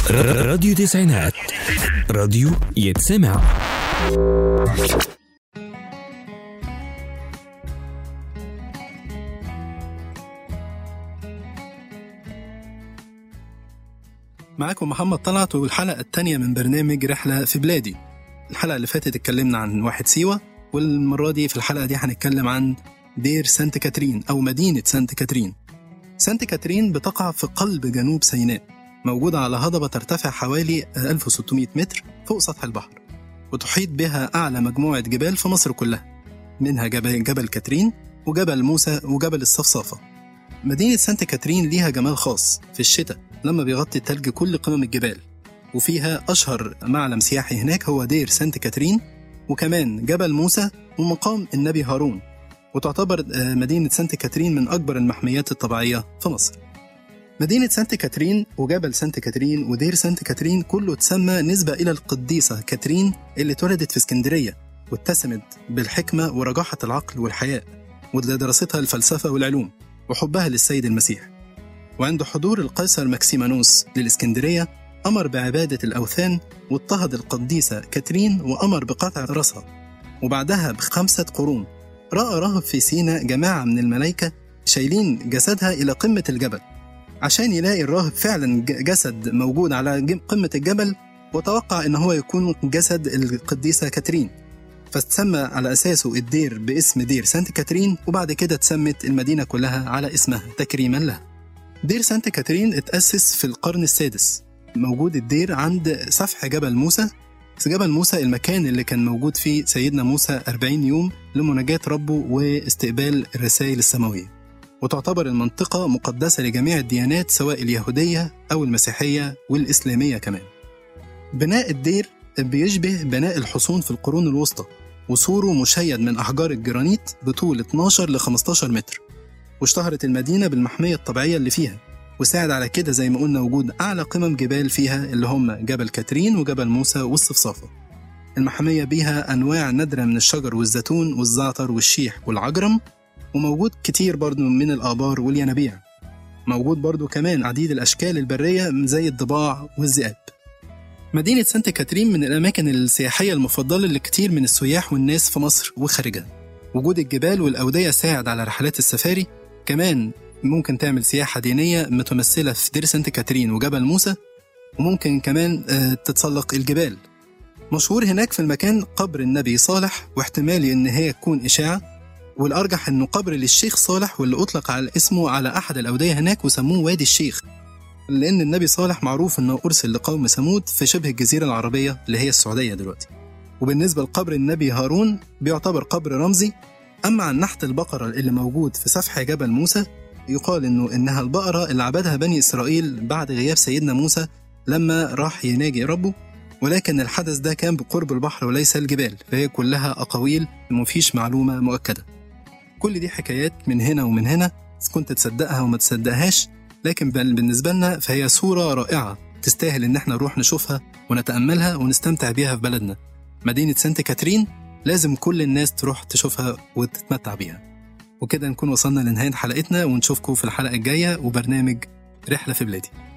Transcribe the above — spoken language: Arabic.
راديو تسعينات، راديو يتسمع. معاكم محمد طلعت والحلقة الثانية من برنامج رحلة في بلادي. الحلقة اللي فاتت اتكلمنا عن واحد سيوة، والمرة دي في الحلقة دي هنتكلم عن دير سانت كاترين أو مدينة سانت كاترين. سانت كاترين بتقع في قلب جنوب سيناء، موجودة على هضبة ترتفع حوالي 1600 متر فوق سطح البحر، وتحيط بها أعلى مجموعة جبال في مصر كلها، منها جبل كاترين وجبل موسى وجبل الصفصافة. مدينة سانت كاترين ليها جمال خاص في الشتاء لما بيغطي التلج كل قمم الجبال، وفيها أشهر معلم سياحي هناك هو دير سانت كاترين، وكمان جبل موسى ومقام النبي هارون. وتعتبر مدينة سانت كاترين من أكبر المحميات الطبيعية في مصر. مدينة سانت كاترين وجبل سانت كاترين ودير سانت كاترين كله تسمى نسبة إلى القديسة كاترين اللي اتولدت في اسكندرية، واتسمت بالحكمة ورجاحة العقل والحياء، ودراستها الفلسفة والعلوم وحبها للسيد المسيح. وعند حضور القيصر ماكسيمانوس للإسكندرية أمر بعبادة الأوثان، واضطهد القديسة كاترين وأمر بقطع رأسها. وبعدها ب5 قرون رأى راهب في سيناء جماعة من الملائكة شايلين جسدها إلى قمة الجبل، عشان يلاقي الراهب فعلا جسد موجود على قمة الجبل، وتوقع إن هو يكون جسد القديسة كاترين، فاستسمى على أساسه الدير باسم دير سانت كاترين، وبعد كده تسمت المدينة كلها على اسمها تكريما لها. دير سانت كاترين اتأسس في القرن السادس. موجود الدير عند سفح جبل موسى. في جبل موسى المكان اللي كان موجود فيه سيدنا موسى 40 يوم لمناجاة ربه واستقبال الرسائل السماوية، وتعتبر المنطقة مقدسة لجميع الديانات سواء اليهودية أو المسيحية والإسلامية كمان. بناء الدير بيشبه بناء الحصون في القرون الوسطى، وسوره مشيد من أحجار الجرانيت بطول 12 ل 15 متر. واشتهرت المدينة بالمحمية الطبيعية اللي فيها، وساعد على كده زي ما قلنا وجود أعلى قمم جبال فيها اللي هم جبل كاترين وجبل موسى والصفصافة. المحمية بيها أنواع نادرة من الشجر والزيتون والزعتر والشيح والعجرم، وموجود كتير برضو من الآبار والينابيع. موجود برضو كمان عديد الأشكال البرية زي الضباع والذئاب. مدينة سانت كاترين من الأماكن السياحية المفضلة لكتير من السياح والناس في مصر وخارجها. وجود الجبال والأودية ساعد على رحلات السفاري. كمان ممكن تعمل سياحة دينية متمثلة في دير سانت كاترين وجبل موسى، وممكن كمان تتسلق الجبال. مشهور هناك في المكان قبر النبي صالح، واحتمال إن هي تكون إشاعة، والأرجح إنه قبر للشيخ صالح، واللي أطلق على اسمه على أحد الأودية هناك وسموه وادي الشيخ، لأن النبي صالح معروف إنه أرسل لقوم ثمود في شبه الجزيرة العربية اللي هي السعودية دلوقتي. وبالنسبة لقبر النبي هارون بيعتبر قبر رمزي. أما عن نحت البقرة اللي موجود في سفح جبل موسى، يقال إنها البقرة اللي عبدها بني إسرائيل بعد غياب سيدنا موسى لما راح يناجي ربه، ولكن الحدث ده كان بقرب البحر وليس الجبال، فهي كلها أقاويل ومفيش معلومة مؤكدة. كل دي حكايات من هنا ومن هنا، كنت تصدقها وما تصدقهاش، لكن بالنسبة لنا فهي صورة رائعة تستاهل إن احنا نروح نشوفها ونتأملها ونستمتع بيها في بلدنا. مدينة سانت كاترين لازم كل الناس تروح تشوفها وتتمتع بيها. وكده نكون وصلنا لنهاية حلقتنا، ونشوفكم في الحلقة الجاية وبرنامج رحلة في بلادي.